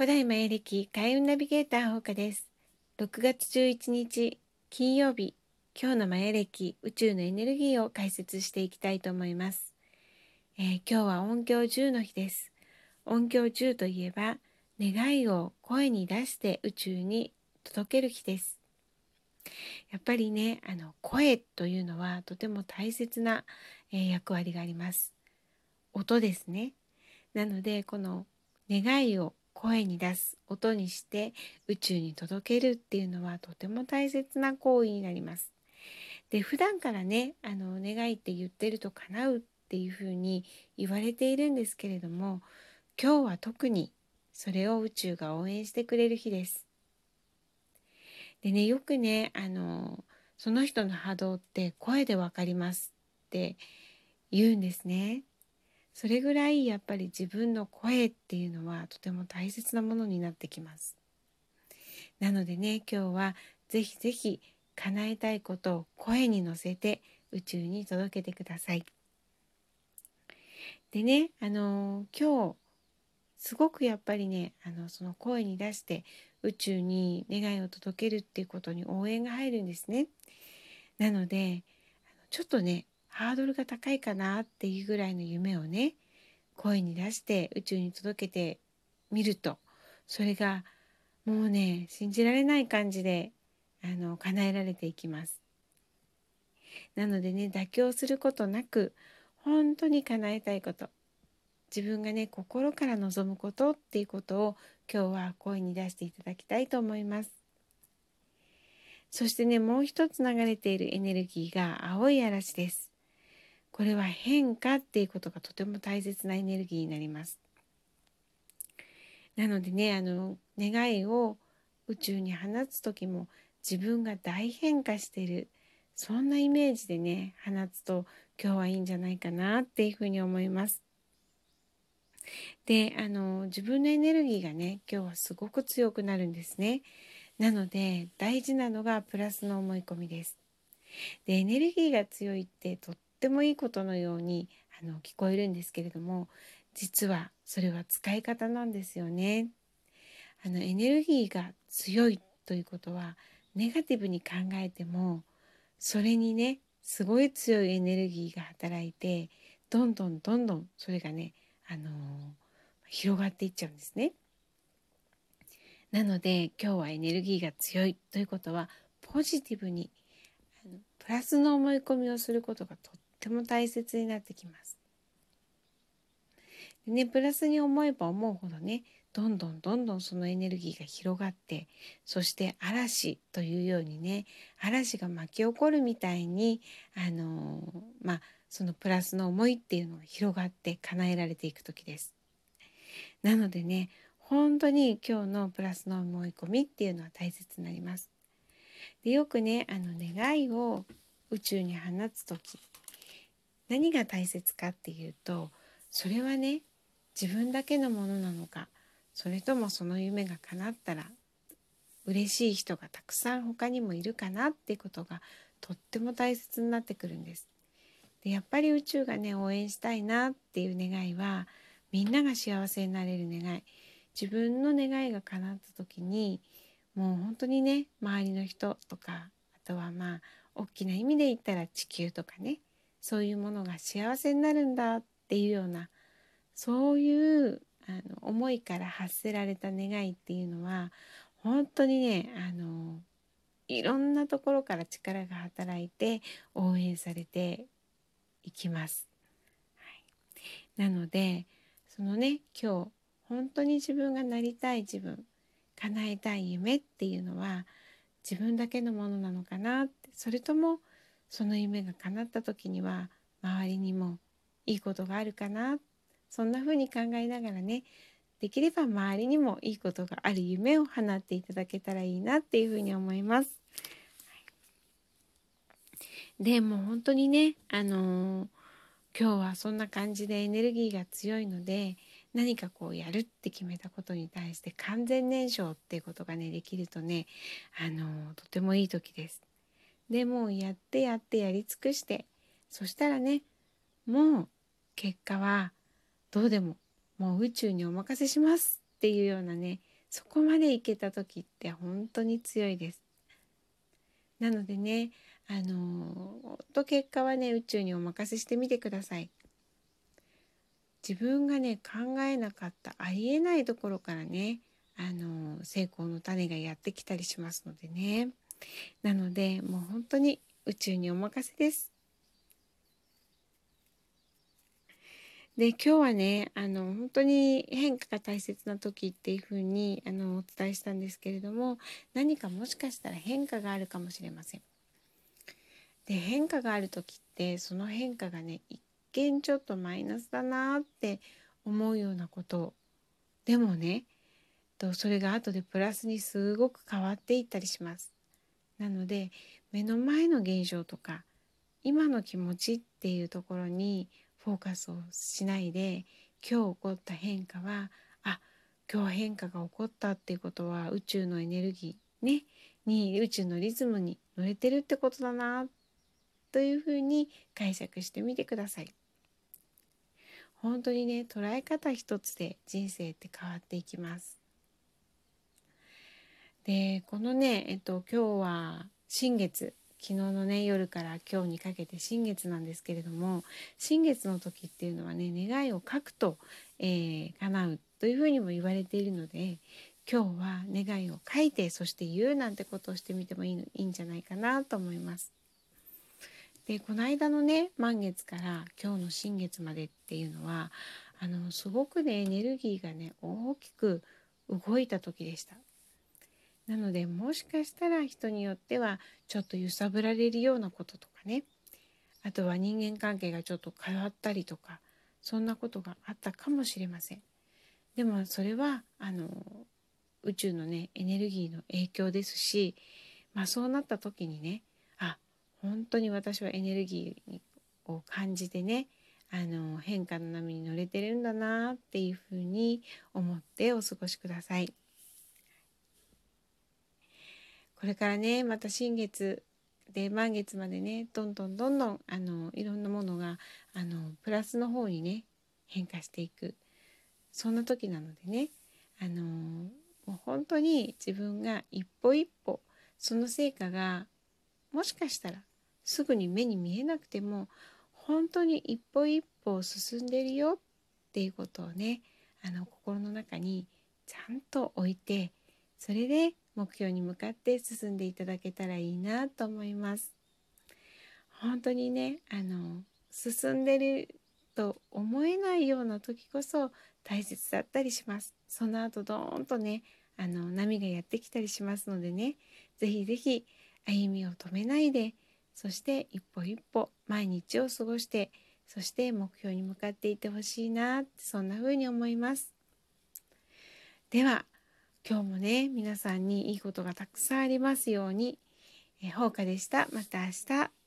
古代マヤ暦開運ナビゲーターほうかです。6月11日金曜日、今日のマヤ暦宇宙のエネルギーを解説していきたいと思います。今日は音響10の日です。音響10といえば願いを声に出して宇宙に届ける日です。やっぱりね、声というのはとても大切な、役割があります。音ですね。なのでこの願いを声に出す、音にして宇宙に届けるっていうのはとても大切な行為になります。で、普段からね、願いって言ってると叶うっていうふうに言われているんですけれども、今日は特にそれを宇宙が応援してくれる日です。でね、よくね、その人の波動って声でわかりますって言うんですね。それぐらいやっぱり自分の声っていうのはとても大切なものになってきます。なのでね、今日はぜひぜひ叶えたいことを声に乗せて宇宙に届けてください。でね、今日すごくやっぱりね、その声に出して宇宙に願いを届けるっていうことに応援が入るんですね。なので、ちょっとね、ハードルが高いかなっていうぐらいの夢をね、声に出して宇宙に届けてみると、それがもうね、信じられない感じで叶えられていきます。なのでね、妥協することなく本当に叶えたいこと、自分がね、心から望むことっていうことを今日は声に出していただきたいと思います。そしてね、もう一つ流れているエネルギーが青い嵐です。これは変化っていうことがとても大切なエネルギーになります。なのでね、願いを宇宙に放つ時も自分が大変化している、そんなイメージでね、放つと今日はいいんじゃないかなっていうふうに思います。で、自分のエネルギーがね、今日はすごく強くなるんですね。なので、大事なのがプラスの思い込みです。で、エネルギーが強いってとってもいいことのように聞こえるんですけれども、実はそれは使い方なんですよね。エネルギーが強いということはネガティブに考えてもそれにねすごい強いエネルギーが働いてどんどんどんどんそれがね、広がっていっちゃうんですね。なので今日はエネルギーが強いということはポジティブにプラスの思い込みをすることがとっても大切になってきます。でね、プラスに思えば思うほどね、どんどんどんどんそのエネルギーが広がって、そして嵐というようにね、嵐が巻き起こるみたいにそのプラスの思いっていうのが広がって叶えられていく時です。なのでね、本当に今日のプラスの思い込みっていうのは大切になります。で、よくね、願いを宇宙に放つ時、何が大切かっていうと、それはね、自分だけのものなのか、それともその夢が叶ったら嬉しい人がたくさん他にもいるかなっていうことがとっても大切になってくるんです。で、やっぱり宇宙がね、応援したいなっていう願いは、みんなが幸せになれる願い。自分の願いが叶った時に、もう本当にね、周りの人とか、あとは大きな意味で言ったら地球とかね、そういうものが幸せになるんだっていうような、そういう思いから発せられた願いっていうのは本当にね、いろんなところから力が働いて応援されていきます。はい、なのでそのね、今日本当に自分がなりたい自分、叶えたい夢っていうのは自分だけのものなのかなって、それともその夢が叶った時には周りにもいいことがあるかな、そんな風に考えながらね、できれば周りにもいいことがある夢を放っていただけたらいいなっていう風に思います。でもう本当にね、今日はそんな感じでエネルギーが強いので、何かこうやるって決めたことに対して完全燃焼っていうことがねできるとね、とてもいい時です。でもうやってやってやり尽くして、そしたらね、もう結果はどうでも、もう宇宙にお任せしますっていうようなね、 そこまでいけた時って本当に強いです。なのでね、結果はね、宇宙にお任せしてみてください。自分がね、考えなかったありえないところからね、成功の種がやってきたりしますのでね。なのでもう本当に宇宙にお任せです。で、今日はね、本当に変化が大切な時っていうふうにお伝えしたんですけれども、何かもしかしたら変化があるかもしれません。で、変化がある時ってその変化がね、一見ちょっとマイナスだなって思うようなことでもね、それが後でプラスにすごく変わっていったりします。なので、目の前の現象とか今の気持ちっていうところにフォーカスをしないで、今日起こった変化は、あ、今日変化が起こったっていうことは宇宙のエネルギーねに、宇宙のリズムに乗れてるってことだなというふうに解釈してみてください。本当にね、捉え方一つで人生って変わっていきます。で、このね、今日は新月、昨日のね、夜から今日にかけて新月なんですけれども、新月の時っていうのはね、願いを書くと、叶うというふうにも言われているので、今日は願いを書いて、そして言うなんてことをしてみてもいいんじゃないかなと思います。で、この間のね、満月から今日の新月までっていうのは、すごくね、エネルギーがね、大きく動いた時でした。なので、もしかしたら人によってはちょっと揺さぶられるようなこととかね、あとは人間関係がちょっと変わったりとか、そんなことがあったかもしれません。でもそれは宇宙のね、エネルギーの影響ですし、そうなった時にね、本当に私はエネルギーを感じてね、変化の波に乗れてるんだなっていうふうに思ってお過ごしください。これからね、また新月で満月までね、どんどんどんどんいろんなものがプラスの方にね、変化していく、そんな時なのでね、もう本当に自分が一歩一歩、その成果がもしかしたらすぐに目に見えなくても、本当に一歩一歩進んでいるよっていうことをね、心の中にちゃんと置いて、それで目標に向かって進んでいただけたらいいなと思います。本当にね、進んでると思えないような時こそ大切だったりします。その後ドーンとね、波がやってきたりしますのでね、ぜひぜひ歩みを止めないで、そして一歩一歩毎日を過ごして、そして目標に向かっていってほしいなって、そんな風に思います。では今日もね、皆さんにいいことがたくさんありますように。ほうかでした。また明日。